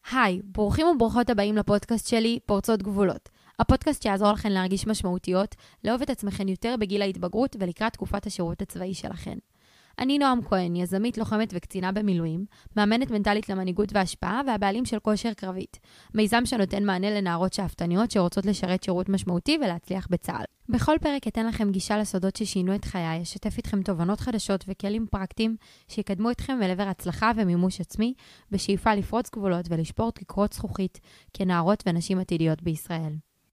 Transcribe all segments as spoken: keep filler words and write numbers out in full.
היי, ברוכים וברוכות הבאים לפודקאסט שלי, פורצות גבולות. הפודקאסט שיעזור לכן להרגיש משמעותיות, לאהוב את עצמכן יותר בגיל ההתבגרות ולקראת תקופת השירות הצבאי שלכן. אני נועם כהן, יזמית, לוחמת וקצינה במילואים, מאמנת מנטלית למנהיגות והשפעה והבעלים של כושר קרבית. מיזם שנותן מענה לנערות שאפתניות שרוצות לשרת שירות משמעותי ולהצליח בצה"ל. בכל פרק אתן לכם גישה לסודות ששינו את חיי, אשתף איתכם תובנות חדשות וכלים פרקטיים שיקדמו אתכם אל עבר הצלחה ומימוש עצמי, בשאיפה לפרוץ גבולות ולשבור תקרות זכוכית כנערות ונשים עתידיות בישראל.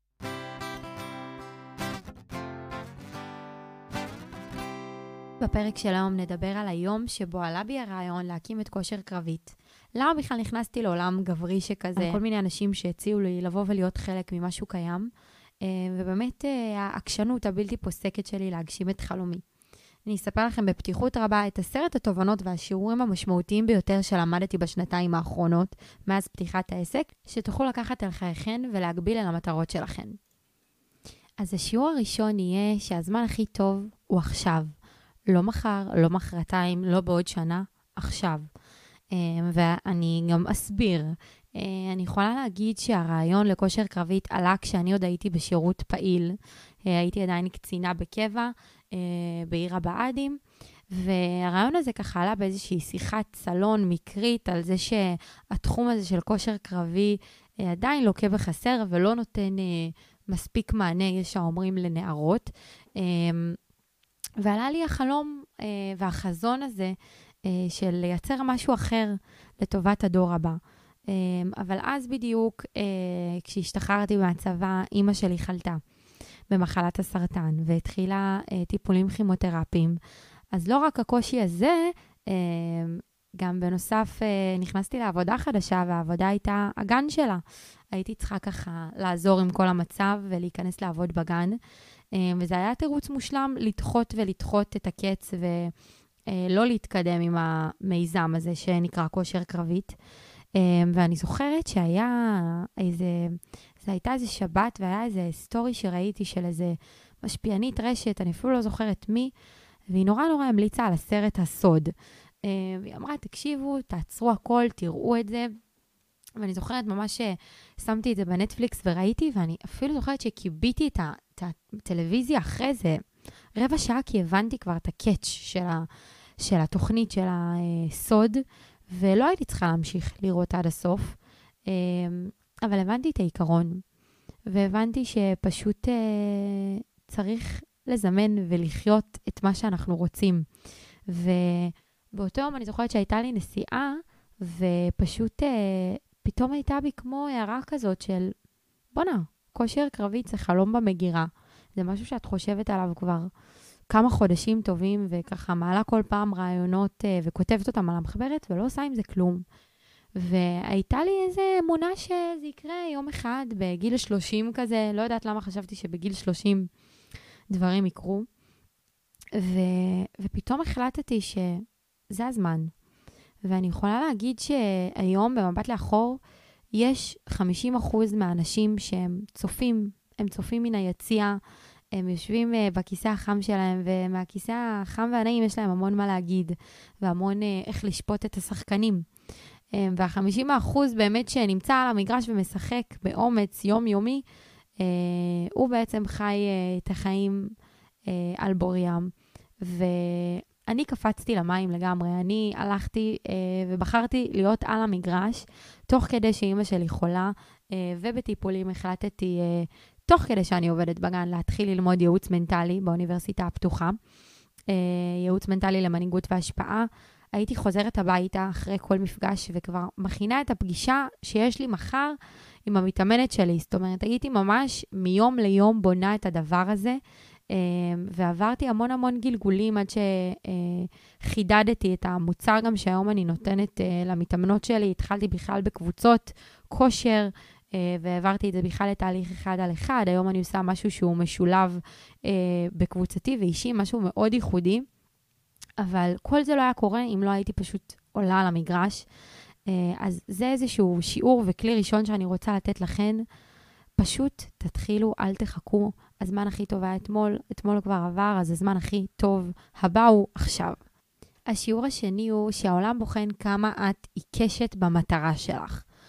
בפרק של היום נדבר על היום שבו עלה בי הרעיון להקים את כושר קרבית. למה בכלל נכנסתי לעולם גברי שכזה? כל מיני אנשים שהציעו לי לבוא ולהיות חלק ממשהו קיים, ובאמת העקשנות הבלתי פוסקת שלי להגשים את חלומי. אני אספר לכם בפתיחות רבה את עשרת התובנות והשיעורים המשמעותיים ביותר שלמדתי בשנתיים האחרונות, מאז פתיחת העסק, שתוכלו לקחת על חייכן ולהגביל על המטרות שלכן. אז השיעור הראשון יהיה שהזמן הכי טוב הוא עכשיו. לא מחר, לא מחרתיים, לא בעוד שנה, עכשיו. ואני גם אסביר. אני יכולה להגיד שהרעיון לכושר קרבית עלה כשאני עוד הייתי בשירות פעיל. הייתי עדיין קצינה בקבע, בעיר הבאדים, והרעיון הזה ככה עלה באיזושהי שיחת סלון מקרית על זה שהתחום הזה של כושר קרבי עדיין לוקה בחסר ולא נותן מספיק מענה, יש שאומרים לנערות. ועלה לי החלום אה, והחזון הזה אה, של לייצר משהו אחר לטובת הדור הבא. אה, אבל אז בדיוק, אה, כשהשתחררתי מהצבא, אמא שלי חלתה במחלת הסרטן, והתחילה אה, טיפולים כימותרפיים. אז לא רק הקושי הזה, אה, גם בנוסף אה, נכנסתי לעבודה חדשה, והעבודה הייתה הגן שלה. הייתי צריכה ככה לעזור עם כל המצב ולהיכנס לעבוד בגן. וזה היה תירוץ מושלם לדחות ולדחות את הקץ ולא להתקדם עם המיזם הזה שנקרא כושר קרבית. ואני זוכרת שהיה איזה, זה הייתה איזה שבת והיה איזה סטורי שראיתי של איזה משפיענית רשת, אני אפילו לא זוכרת מי, והיא נורא נורא המליצה על הסרט הסוד. והיא אמרה, תקשיבו, תעצרו הכל, תראו את זה. ואני זוכרת ממש ששמתי את זה בנטפליקס וראיתי, ואני אפילו זוכרת שקיביתי את הטלוויזיה אחרי זה רבע שעה, כי הבנתי כבר את הקאץ' של, ה, של התוכנית של הסוד, ולא הייתי צריכה להמשיך לראות עד הסוף, אבל הבנתי את העיקרון, והבנתי שפשוט צריך לזמן ולחיות את מה שאנחנו רוצים. ובאותו יום אני זוכרת שהייתה לי נסיעה, ופשוט פתאום הייתה בי כמו הערה כזאת של, בונה, כושר קרבית זה חלום במגירה. זה משהו שאת חושבת עליו כבר כמה חודשים טובים, וככה מעלה כל פעם רעיונות וכותבת אותם על המחברת, ולא עושה עם זה כלום. והייתה לי איזו אמונה שזה יקרה יום אחד, בגיל שלושים כזה, לא יודעת למה חשבתי שבגיל שלושים דברים יקרו. ו... ופתאום החלטתי שזה הזמן. ואני יכולה להגיד שהיום במבט לאחור, יש חמישים אחוז מהאנשים שהם צופים, הם צופים מן היציאה, הם יושבים בכיסא החם שלהם, ומהכיסא החם והנעים יש להם המון מה להגיד, והמון איך לשפוט את השחקנים. וה-חמישים אחוז באמת שנמצא על המגרש ומשחק באומץ יומיומי, הוא בעצם חי את החיים על בוריים. ו... אני קפצתי למים לגמרי, אני הלכתי אה, ובחרתי להיות על המגרש, תוך כדי שאימא שלי חולה, אה, ובטיפולים החלטתי, אה, תוך כדי שאני עובדת בגן, להתחיל ללמוד ייעוץ מנטלי באוניברסיטה הפתוחה, אה, ייעוץ מנטלי למנהיגות והשפעה. הייתי חוזרת הביתה אחרי כל מפגש, וכבר מכינה את הפגישה שיש לי מחר עם המתאמנת שלי. זאת אומרת, הייתי ממש מיום ליום בונה את הדבר הזה, ועברתי המון המון גלגולים עד שחידדתי את המוצר גם שהיום אני נותנת למתאמנות שלי. התחלתי בכלל בקבוצות כושר, ועברתי את זה בכלל לתהליך אחד על אחד. היום אני עושה משהו שהוא משולב בקבוצתי ואישי, משהו מאוד ייחודי. אבל כל זה לא היה קורה אם לא הייתי פשוט עולה על המגרש. אז זה איזשהו שיעור וכלי ראשון שאני רוצה לתת לכן. פשוט תתחילו, אל תחכו. הזמן הכי טוב היה אתמול, אתמול כבר עבר, אז הזמן הכי טוב הבא הוא עכשיו. השיעור השני הוא שהעולם בוחן כמה את עיקשת במטרה שלך.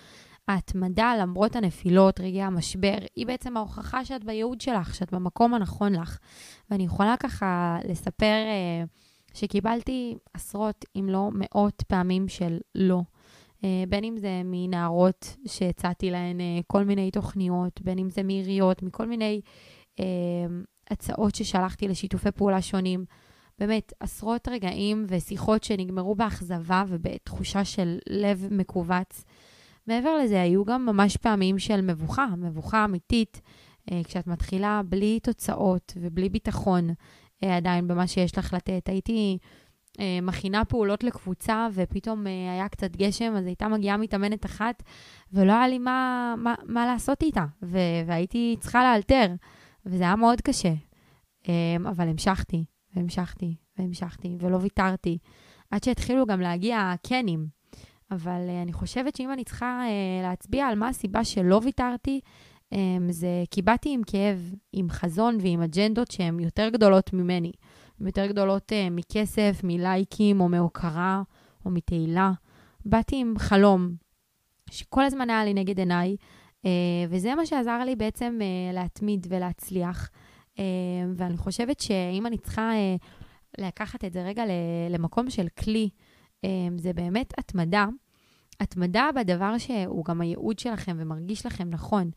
ההתמדה למרות הנפילות, רגעי המשבר, היא בעצם ההוכחה שאת בייעוד שלך, שאת במקום הנכון לך. ואני יכולה ככה לספר אה, שקיבלתי עשרות, אם לא מאות פעמים של לא. אה, בין אם זה מנערות שהצעתי להן אה, כל מיני תוכניות, בין אם זה מעיריות, מכל מיני אה, הצעות ששלחתי לשיתופי פעולה שונים. באמת, עשרות רגעים ושיחות שנגמרו באכזבה ובתחושה של לב מקובץ. מעבר לזה, היו גם ממש פעמים של מבוכה, מבוכה אמיתית, אה, כשאת מתחילה בלי תוצאות ובלי ביטחון אה, עדיין במה שיש לך לתת. הייתי אה, מכינה פעולות לקבוצה, ופתאום אה, היה קצת גשם, אז הייתה מגיעה מתאמנת אחת, ולא היה לי מה, מה, מה לעשות איתה, ו- והייתי צריכה לאלתר, וזה היה מאוד קשה. אה, אבל המשכתי, והמשכתי, והמשכתי, ולא ויתרתי, עד שהתחילו גם להגיע קנים. אבל uh, אני חושבת שאם אני צריכה uh, להצביע על מה הסיבה שלא ויתרתי, um, זה כי באתי עם כאב, עם חזון ועם אג'נדות שהן יותר גדולות ממני. הן יותר גדולות uh, מכסף, מלייקים או מהוקרה או מתהילה. באתי עם חלום שכל הזמן היה לי נגד עיניי, uh, וזה מה שעזר לי בעצם uh, להתמיד ולהצליח. Uh, ואני חושבת שאם אני צריכה uh, לקחת את זה רגע למקום של כלי, זה באמת התמדה, התמדה בדבר שהוא גם הייעוד שלכם ומרגיש לכם נכון.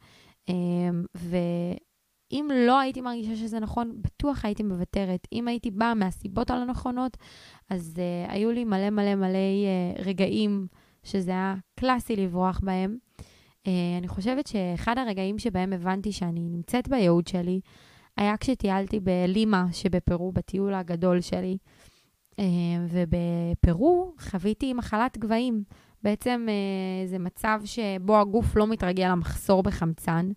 ואם לא הייתי מרגישה שזה נכון, בטוח הייתי מוותרת. אם הייתי באה מהסיבות על הנכונות, אז היו לי מלא מלא מלא רגעים שזה היה קלאסי לברוח בהם. אני חושבת שאחד הרגעים שבהם הבנתי שאני נמצאת בייעוד שלי, היה כשטיילתי בלימה שבפרו, בטיול הגדול שלי, ובפרו חוויתי מחלת גבהים. בעצם זה מצב שבו הגוף לא מתרגל למחסור בחמצן.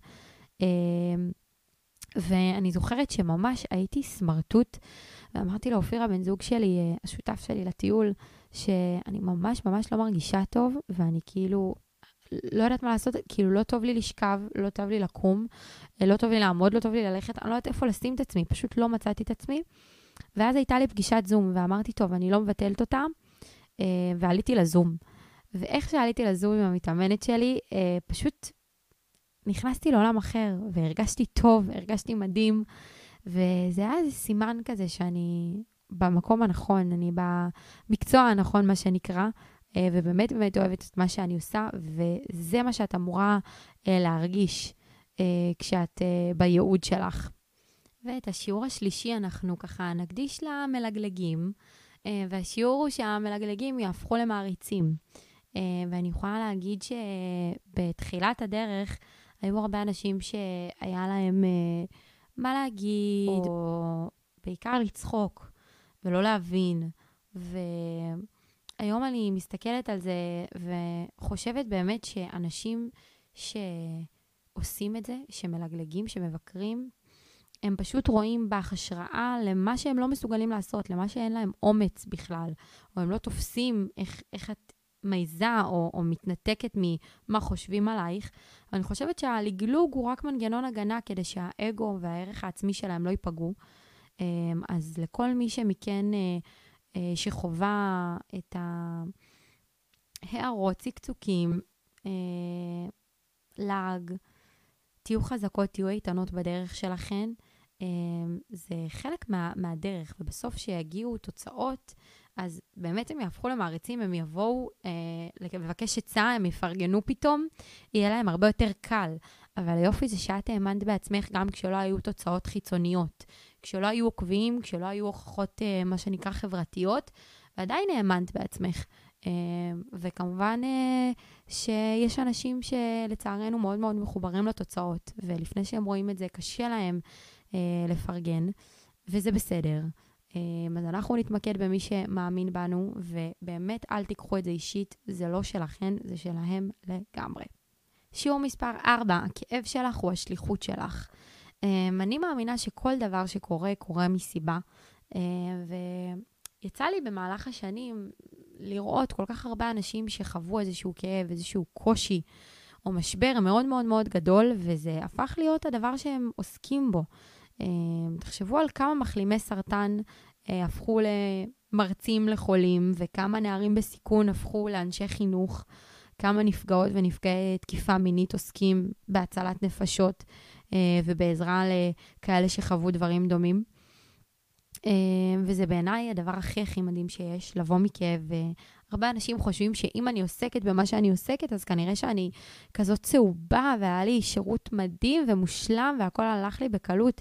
ואני זוכרת שממש הייתי סמרטוט, ואמרתי לאופיר הבן זוג שלי, השותף שלי לטיול, שאני ממש ממש לא מרגישה טוב, ואני כאילו לא יודעת מה לעשות, כאילו לא טוב לי לשכב, לא טוב לי לקום, לא טוב לי לעמוד, לא טוב לי ללכת, אני לא יודעת איפה לשים את עצמי, פשוט לא מצאתי את עצמי. ואז הייתה לי פגישת זום, ואמרתי, טוב, אני לא מבטלת אותה, ועליתי לזום. ואיך שעליתי לזום עם המתאמנת שלי, פשוט נכנסתי לעולם אחר, והרגשתי טוב, הרגשתי מדהים, וזה היה איזה סימן כזה שאני במקום הנכון, אני במקצוע הנכון, מה שנקרא, ובאמת באמת אוהבת את מה שאני עושה, וזה מה שאת אמורה להרגיש כשאת בייעוד שלך. ואת השיעור השלישי אנחנו ככה נקדיש למלגלגים, והשיעור הוא שהמלגלגים יהפכו למעריצים. ואני יכולה להגיד שבתחילת הדרך היו הרבה אנשים שהיה להם מה להגיד, או בעיקר לצחוק ולא להבין. והיום אני מסתכלת על זה וחושבת באמת שאנשים שעושים את זה, שמלגלגים, שמבקרים, הם פשוט רואים בך השראה למה שהם לא מסוגלים לעשות, למה שאין להם אומץ בכלל, או הם לא תופסים איך, איך את מייזה או, או מתנתקת ממה חושבים עלייך. ואני חושבת שהלגלוג הוא רק מנגנון הגנה כדי שהאגו והערך העצמי שלהם לא ייפגעו. אז לכל מי שמכן שחובה את ההערות, צקצוקים, לעג, תהיו חזקות, תהיו איתנות בדרך שלכן. זה חלק מה, מהדרך, ובסוף שיגיעו תוצאות, אז באמת הם יהפכו למעריצים, הם יבואו אה, לבקש עצה, הם יפרגנו פתאום, יהיה להם הרבה יותר קל. אבל היופי זה שאת האמנת בעצמך גם כשלא היו תוצאות חיצוניות, כשלא היו עוקבים, כשלא היו הוכחות אה, מה שנקרא חברתיות, ועדיין האמנת בעצמך. אה, וכמובן אה, שיש אנשים שלצערנו מאוד מאוד מחוברים לתוצאות, ולפני שהם רואים את זה קשה להם אה, לפרגן, וזה בסדר. אז אנחנו נתמקד במי שמאמין בנו, ובאמת אל תיקחו את זה אישית, זה לא שלכן, זה שלהם לגמרי. שיעור מספר ארבע, הכאב שלך הוא השליחות שלך. אני מאמינה שכל דבר שקורה, קורה מסיבה, ויצא לי במהלך השנים לראות כל כך הרבה אנשים שחוו איזשהו כאב, איזשהו קושי, או משבר מאוד מאוד מאוד גדול, וזה הפך להיות הדבר שהם עוסקים בו. תחשבו על כמה מחלימי סרטן הפכו למרצים לחולים, וכמה נערים בסיכון הפכו לאנשי חינוך, כמה נפגעות ונפגעי תקיפה מינית עוסקים בהצלת נפשות, ובעזרה לכאלה שחוו דברים דומים. וזה בעיניי הדבר הכי הכי מדהים שיש, לבוא מכאב. הרבה אנשים חושבים שאם אני עוסקת במה שאני עוסקת, אז כנראה שאני כזאת צהובה, והיה לי שירות מדהים ומושלם, והכל הלך לי בקלות.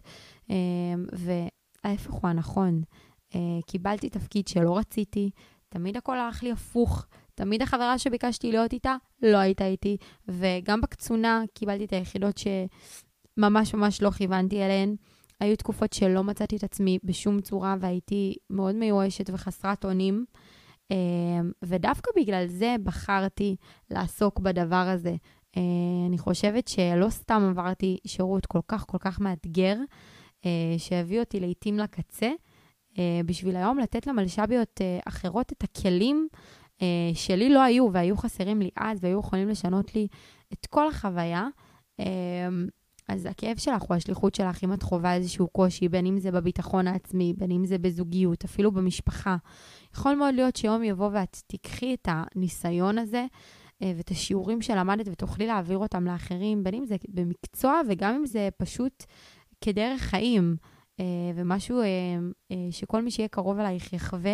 וההפך הוא הנכון. קיבלתי תפקיד שלא רציתי, תמיד הכל הלך לי הפוך, תמיד החברה שביקשתי להיות איתה, לא הייתה איתי, וגם בקצונה קיבלתי את היחידות שממש ממש לא כיוונתי אליהן. היו תקופות שלא מצאתי את עצמי בשום צורה, והייתי מאוד מיואשת וחסרת אונים, ודווקא בגלל זה בחרתי לעסוק בדבר הזה. אני חושבת שלא סתם עברתי שירות כל כך כל כך מאתגר, שהביא אותי לעתים לקצה, בשביל היום לתת למלשביות אחרות את הכלים שלי לא היו, והיו חסרים לי אז, והיו יכולים לשנות לי את כל החוויה. אז הכאב שלך הוא השליחות שלך, אם את חובה איזשהו קושי, בין אם זה בביטחון העצמי, בין אם זה בזוגיות, אפילו במשפחה. יכול מאוד להיות שיום יבוא ואת תיקחי את הניסיון הזה, ואת השיעורים שלמדת ותוכלי להעביר אותם לאחרים, בין אם זה במקצוע וגם אם זה פשוט כדרך חיים, ומשהו שכל מי שיהיה קרוב אלייך יחווה,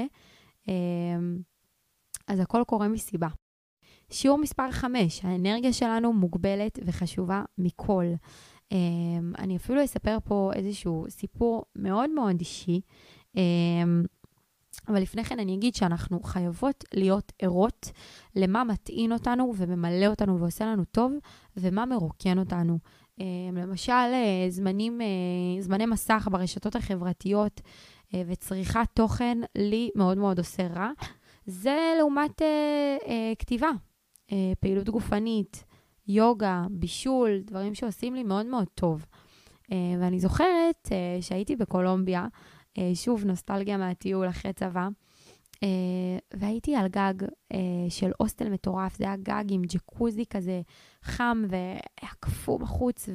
אז הכל קורה מסיבה. שיעור מספר חמש, האנרגיה שלנו מוגבלת וחשובה מכל. אני אפילו אספר פה איזשהו סיפור מאוד מאוד אישי, אבל לפני כן אני אגיד שאנחנו חייבות להיות ערות למה מטעין אותנו וממלא אותנו ועושה לנו טוב, ומה מרוקן אותנו. למשל, זמנים, זמני מסך ברשתות החברתיות וצריכת תוכן לי מאוד מאוד עושה רע. זה לעומת כתיבה, פעילות גופנית, יוגה, בישול, דברים שעושים לי מאוד מאוד טוב. ואני זוכרת שהייתי בקולומביה, שוב נוסטלגיה מהטיול אחרי צבא, והייתי על גג של הוסטל מטורף, זה היה גג עם ג'קוזי כזה חם, והיה קפוא בחוץ,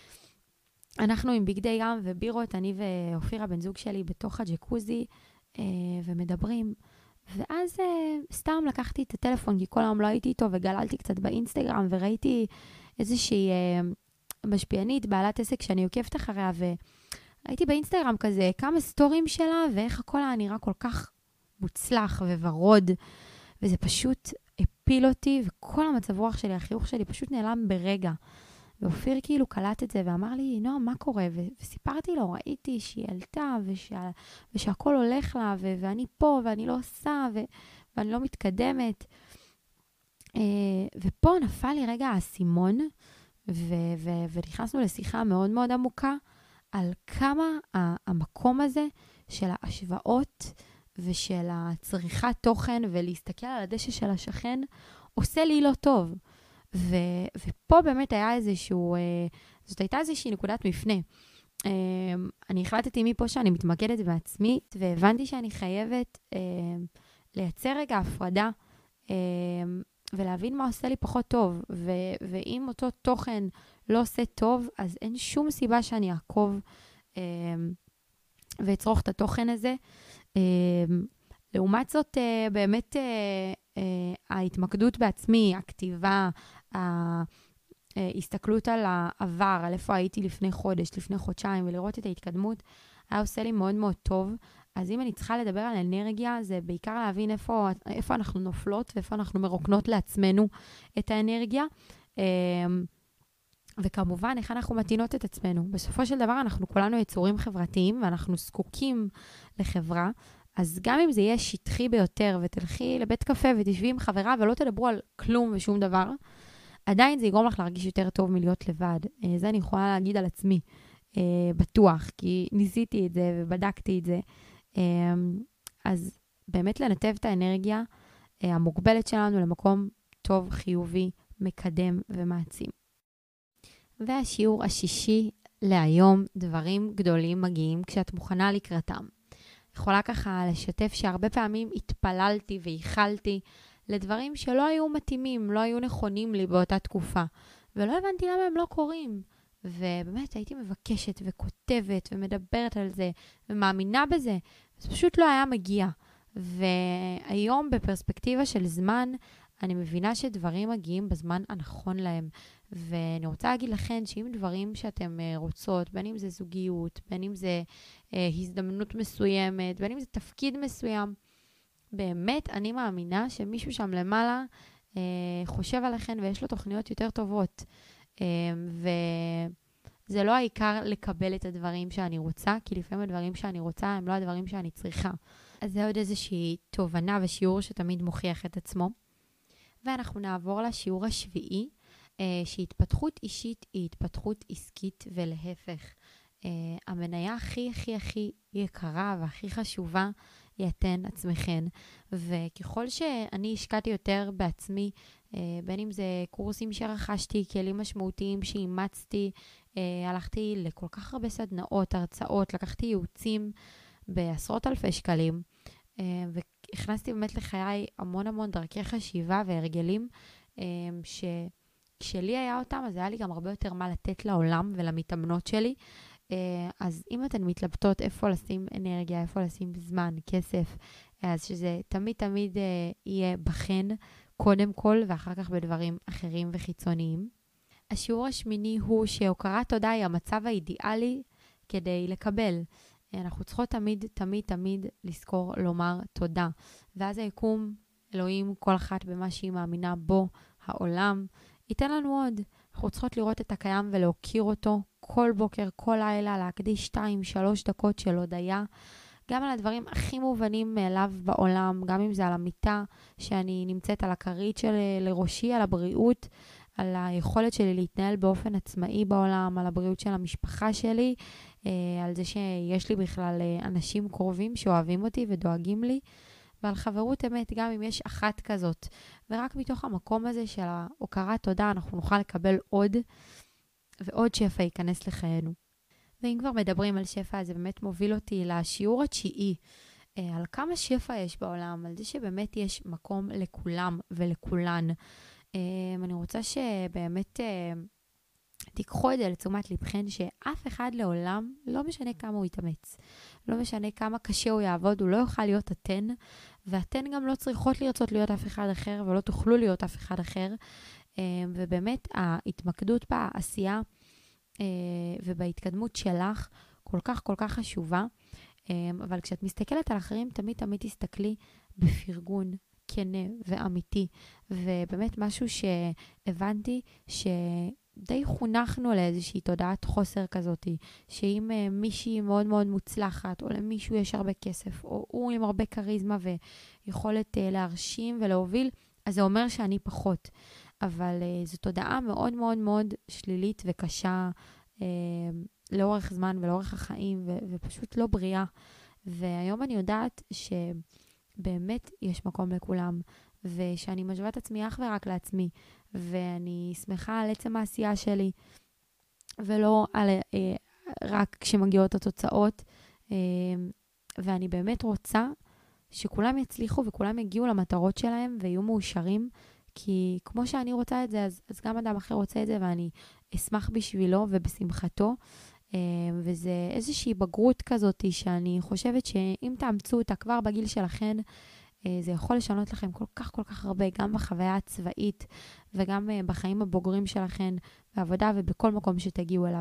ואנחנו עם בגדי ים ובירות, אני ואופירה בן זוג שלי בתוך הג'קוזי, ומדברים. ואז סתם לקחתי את הטלפון, כי כל היום לא הייתי איתו, וגללתי קצת באינסטגרם, וראיתי איזושהי משפיענית, בעלת עסק שאני עוקבת אחריה, וראיתי באינסטגרם כזה כמה סטורים שלה, ואיך הכל היה נראה כל כך מוצלח וורוד, וזה פשוט הפיל אותי, וכל המצב רוח שלי, החיוך שלי פשוט נעלם ברגע. ואופיר כאילו קלט את זה ואמר לי, נועם, מה קורה? ו- וסיפרתי לו, ראיתי שהיא עלתה ושה- ושהכל הולך לה, ו- ואני פה ואני לא עושה, ו- ואני לא מתקדמת. Uh, ופה נפל לי רגע הסימון, ו- ו- ונכנסנו לשיחה מאוד מאוד עמוקה, על כמה המקום הזה של ההשוואות, ושל הצריכת תוכן, ולהסתכל על הדשא של השכן, עושה לי לא טוב. ו, ופה באמת היה איזשהו, אה, זאת הייתה איזושהי נקודת מפנה. אה, אני החלטתי מפה שאני מתמקדת בעצמי, והבנתי שאני חייבת אה, לייצר רגע הפרדה, אה, ולהבין מה עושה לי פחות טוב. ו, ואם אותו תוכן לא עושה טוב, אז אין שום סיבה שאני אעקוב אה, ואצרוך את התוכן הזה. אה, לעומת זאת, אה, באמת אה, אה, ההתמקדות בעצמי, הכתיבה, ההסתכלות על העבר, על איפה הייתי לפני חודש, לפני חודשיים, ולראות את ההתקדמות, היה עושה לי מאוד מאוד טוב. אז אם אני צריכה לדבר על אנרגיה, זה בעיקר להבין איפה, איפה אנחנו נופלות, ואיפה אנחנו מרוקנות לעצמנו את האנרגיה. וכמובן, איך אנחנו מתאינות את עצמנו. בסופו של דבר, אנחנו כולנו יצורים חברתיים, ואנחנו זקוקים לחברה. אז גם אם זה יהיה שטחי ביותר, ותלכי לבית קפה ותשבי עם חברה, ולא תדברו על כלום ושום דבר, עדיין זה יגרום לך להרגיש יותר טוב מלהיות לבד. זה אני יכולה להגיד על עצמי, בטוח, כי ניסיתי את זה ובדקתי את זה. אז באמת לנתב את האנרגיה המוגבלת שלנו למקום טוב, חיובי, מקדם ומעצים. והשיעור השישי להיום, דברים גדולים מגיעים כשאת מוכנה לקראתם. יכולה ככה לשתף שהרבה פעמים התפללתי וייחלתי לדברים שלא היו מתאימים, לא היו נכונים לי באותה תקופה, ולא הבנתי למה הם לא קורים. ובאמת הייתי מבקשת וכותבת ומדברת על זה ומאמינה בזה, זה פשוט לא היה מגיע. והיום בפרספקטיבה של זמן, אני מבינה שדברים מגיעים בזמן הנכון להם, ואני רוצה להגיד לכן שאם דברים שאתם uh, רוצות, בין אם זה זוגיות, בין אם זה uh, הזדמנות מסוימת, בין אם זה תפקיד מסוים, באמת אני מאמינה שמישהו שם למעלה uh, חושב עליכן ויש לו תוכניות יותר טובות. Uh, וזה לא העיקר לקבל את הדברים שאני רוצה, כי לפעמים הדברים שאני רוצה הם לא הדברים שאני צריכה. אז זה עוד איזושהי תובנה ושיעור שתמיד מוכיח את עצמו. ואנחנו נעבור לשיעור השביעי, שהתפתחות אישית היא התפתחות עסקית ולהפך. המניה הכי הכי הכי יקרה והכי חשובה היא אתן עצמכן. וככל שאני השקעתי יותר בעצמי, בין אם זה קורסים שרכשתי, כלים משמעותיים שאימצתי, הלכתי לכל כך הרבה סדנאות, הרצאות, לקחתי ייעוצים בעשרות אלפי שקלים, והכנסתי באמת לחיי המון המון דרכי חשיבה והרגלים, שכשלי היה אותם, אז היה לי גם הרבה יותר מה לתת לעולם ולמתאמנות שלי. אז אם אתן מתלבטות איפה לשים אנרגיה, איפה לשים זמן, כסף, אז שזה תמיד תמיד יהיה בכן, קודם כל, ואחר כך בדברים אחרים וחיצוניים. השיעור השמיני הוא שהוקרת תודה היא המצב האידיאלי כדי לקבל. אנחנו צריכות תמיד, תמיד, תמיד לזכור לומר תודה. ואז היקום, אלוהים, כל אחת במה שהיא מאמינה בו, העולם, ייתן לנו עוד. אנחנו צריכות לראות את הקיים ולהוקיר אותו כל בוקר, כל לילה, להקדיש שתיים, שלוש דקות של הודיה. גם על הדברים הכי מובנים מאליו בעולם, גם אם זה על המיטה שאני נמצאת על הכרית של לראשי, על הבריאות, על היכולת שלי להתנהל באופן עצמאי בעולם, על הבריאות של המשפחה שלי, על זה שיש לי בכלל אנשים קרובים שאוהבים אותי ודואגים לי, ועל חברות אמת, גם אם יש אחת כזאת. ורק מתוך המקום הזה של ההוקרת תודה, אנחנו נוכל לקבל עוד, ועוד שפע ייכנס לחיינו. ואם כבר מדברים על שפע, זה באמת מוביל אותי לשיעור התשיעי, על כמה שפע יש בעולם, על זה שבאמת יש מקום לכולם ולכולן. אני רוצה שבאמת תיקחו את זה לתשומת לבכן, שאף אחד לעולם, לא משנה כמה הוא יתאמץ, לא משנה כמה קשה הוא יעבוד, הוא לא יוכל להיות אתן, ואתן גם לא צריכות לרצות להיות אף אחד אחר, ולא תוכלו להיות אף אחד אחר. ובאמת ההתמקדות בעשייה ובהתקדמות שלך כל כך כל כך חשובה, אבל כשאת מסתכלת על אחרים, תמיד תמיד תסתכלי בפרגון כנה ואמיתי, ובאמת משהו שהבנתי שדי חונכנו לאיזושהי תודעת חוסר כזאת, שאם מישהי מאוד מאוד מוצלחת, או למישהו יש הרבה כסף, או הוא עם הרבה קריזמה ויכולת להרשים ולהוביל, אז זה אומר שאני פחות. אבל זו תודעה מאוד מאוד מאוד שלילית וקשה לאורך זמן ולאורך החיים, ו- ופשוט לא בריאה. והיום אני יודעת שבאמת יש מקום לכולם, ושאני משווה את עצמי אך ורק לעצמי, ואני שמחה על עצם העשייה שלי, ולא על, אה, רק כשמגיעות התוצאות, אה, ואני באמת רוצה שכולם יצליחו וכולם יגיעו למטרות שלהם ויהיו מאושרים, כי כמו שאני רוצה את זה, אז, אז גם אדם אחר רוצה את זה, ואני אשמח בשבילו ובשמחתו. וזה איזושהי בגרות כזאת שאני חושבת שאם תאמצו אותה כבר בגיל שלכן, זה יכול לשנות לכם כל כך כל כך הרבה, גם בחוויה הצבאית וגם בחיים הבוגרים שלכן, בעבודה ובכל מקום שתגיעו אליו.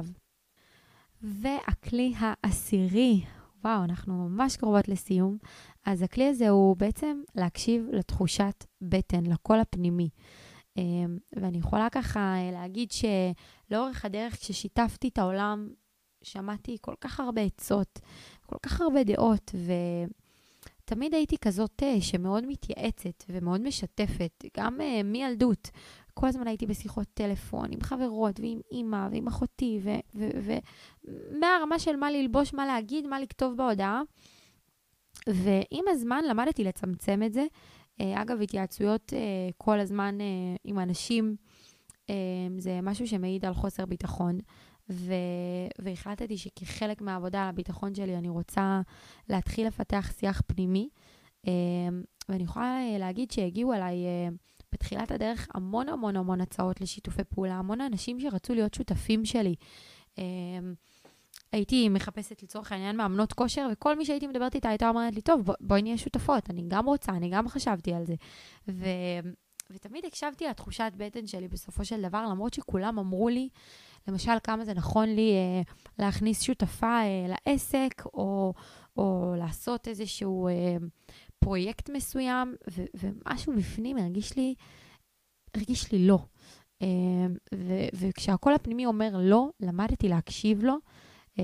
והכלי העשירי, וואו, אנחנו ממש קרובות לסיום. אז הכלי הזה הוא בעצם להקשיב לתחושת בטן, לקול הפנימי. ואני יכולה ככה להגיד שלאורך הדרך כששיתפתי את העולם, שמעתי כל כך הרבה עצות, כל כך הרבה דעות, ותמיד הייתי כזאת שמאוד מתייעצת ומאוד משתפת, גם מילדות. כל הזמן הייתי בשיחות טלפון עם חברות ועם אמא ועם אחותי, ומהרמה של מה ללבוש, מה להגיד, מה לכתוב בהודעה. ועם הזמן למדתי לצמצם את זה. אגב, התייעצויות כל הזמן עם אנשים, זה משהו שמעיד על חוסר ביטחון. ו... והחלטתי שכחלק מהעבודה על הביטחון שלי, אני רוצה להתחיל לפתח שיח פנימי. ואני יכולה להגיד שהגיעו אליי בתחילת הדרך המון המון המון הצעות לשיתופי פעולה, המון אנשים שרצו להיות שותפים שלי. הייתי מחפשת לצורך העניין מאמנות כושר, וכל מי שהייתי מדברת איתה הייתה אומרת לי, טוב, בואי נהיה שותפות, אני גם רוצה, אני גם חשבתי על זה. ו... ותמיד הקשבתי לתחושת בטן שלי בסופו של דבר, למרות שכולם אמרו לי, למשל, כמה זה נכון לי אה, להכניס שותפה אה, לעסק, או, או לעשות איזשהו אה, פרויקט מסוים, ו- ומשהו בפנים הרגיש לי, הרגיש לי לא. אה, ו- וכשהקול הפנימי אומר לא, למדתי להקשיב לו, אה,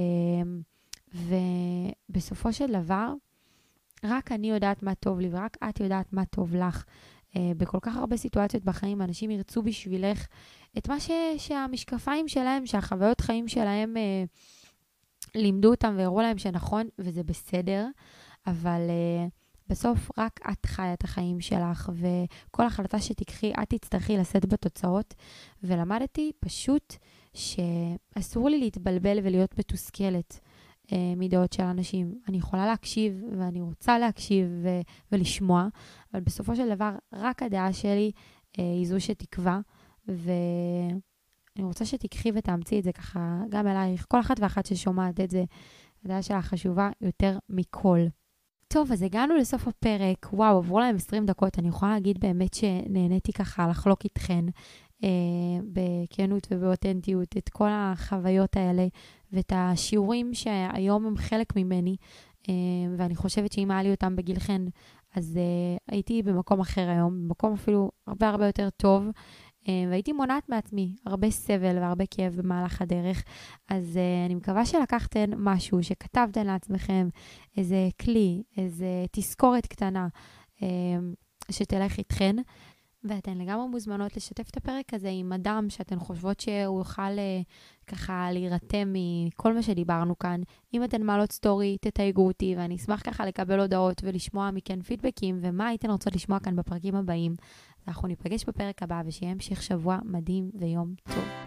ובסופו של דבר, רק אני יודעת מה טוב לי, ורק את יודעת מה טוב לך. Uh, בכל כך הרבה סיטואציות בחיים, אנשים ירצו בשבילך את מה ש, שהמשקפיים שלהם, שהחוויות חיים שלהם uh, לימדו אותם והראו להם שנכון, וזה בסדר, אבל uh, בסוף רק את חיה את החיים שלך, וכל החלטה שתיקחי, את תצטרכי לשאת בתוצאות, ולמדתי פשוט שאסור לי להתבלבל ולהיות מתוסכלת. מדעות של אנשים. אני יכולה להקשיב, ואני רוצה להקשיב ו- ולשמוע, אבל בסופו של דבר, רק הדעה שלי אה, היא זו שתקבע, ואני רוצה שתקחי ותאמצי את זה ככה, גם אלייך, כל אחת ואחת ששומעת את זה, הדעה שלה חשובה יותר מכל. טוב, אז הגענו לסוף הפרק, וואו, עברו להם עשרים דקות, אני יכולה להגיד באמת שנהניתי ככה לחלוק איתכן, אה, בכנות ובאותנטיות, את כל החוויות האלה, ואת השיעורים שהיום הם חלק ממני, אה, ואני חושבת שאם היה לי אותם בגילכן, אז אה, הייתי במקום אחר היום, במקום אפילו הרבה הרבה יותר טוב, אה, והייתי מונעת מעצמי הרבה סבל והרבה כאב במהלך הדרך, אז אה, אני מקווה שלקחתן משהו, שכתבתן לעצמכם איזה כלי, איזה תזכורת קטנה, אה, שתלך איתכן, ואתן לגמרי מוזמנות לשתף את הפרק הזה עם אדם שאתן חושבות שהוא יוכל uh, ככה להירתם מכל מה שדיברנו כאן. אם אתן מעלות סטורי, תתייגו אותי, ואני אשמח ככה לקבל הודעות ולשמוע מכן פידבקים, ומה הייתן רוצות לשמוע כאן בפרקים הבאים. אנחנו ניפגש בפרק הבא, ושיהיה המשך שבוע מדהים ויום טוב.